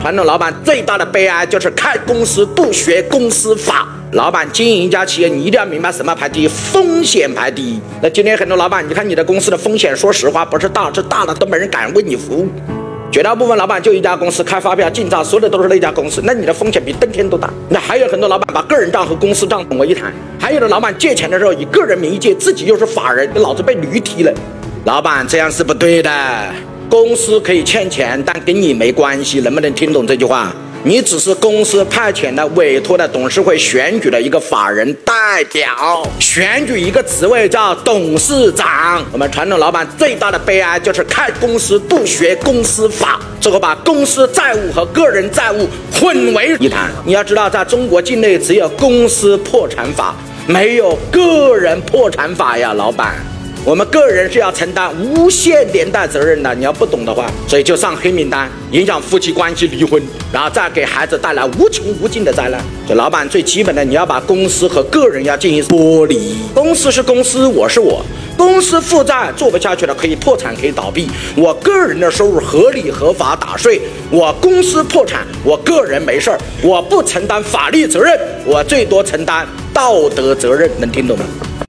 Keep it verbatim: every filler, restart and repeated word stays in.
传统老板最大的悲哀就是开公司不学公司法。老板经营一家企业，你一定要明白什么排第一，风险排第一。那今天很多老板，你看你的公司的风险，说实话不是大，是大了都没人敢为你服务。绝大部分老板就一家公司，开发票进账，所有的都是那家公司，那你的风险比登天都大。那还有很多老板把个人账和公司账混为一谈，还有的老板借钱的时候以个人名义借，自己又是法人，老子被驴踢了。老板这样是不对的。公司可以欠钱，但跟你没关系，能不能听懂这句话？你只是公司派遣的、委托的董事会选举的一个法人代表，选举一个职位叫董事长。我们传统老板最大的悲哀就是开公司不学公司法，最后把公司债务和个人债务混为一谈。你要知道，在中国境内只有公司破产法，没有个人破产法呀，老板。我们个人是要承担无限连带责任的，你要不懂的话，所以就上黑名单，影响夫妻关系离婚，然后再给孩子带来无穷无尽的灾难。就老板最基本的，你要把公司和个人要进行剥离。公司是公司，我是我。公司负债做不下去了，可以破产，可以倒闭。我个人的收入合理合法打税。我公司破产，我个人没事儿，我不承担法律责任，我最多承担道德责任，能听懂吗？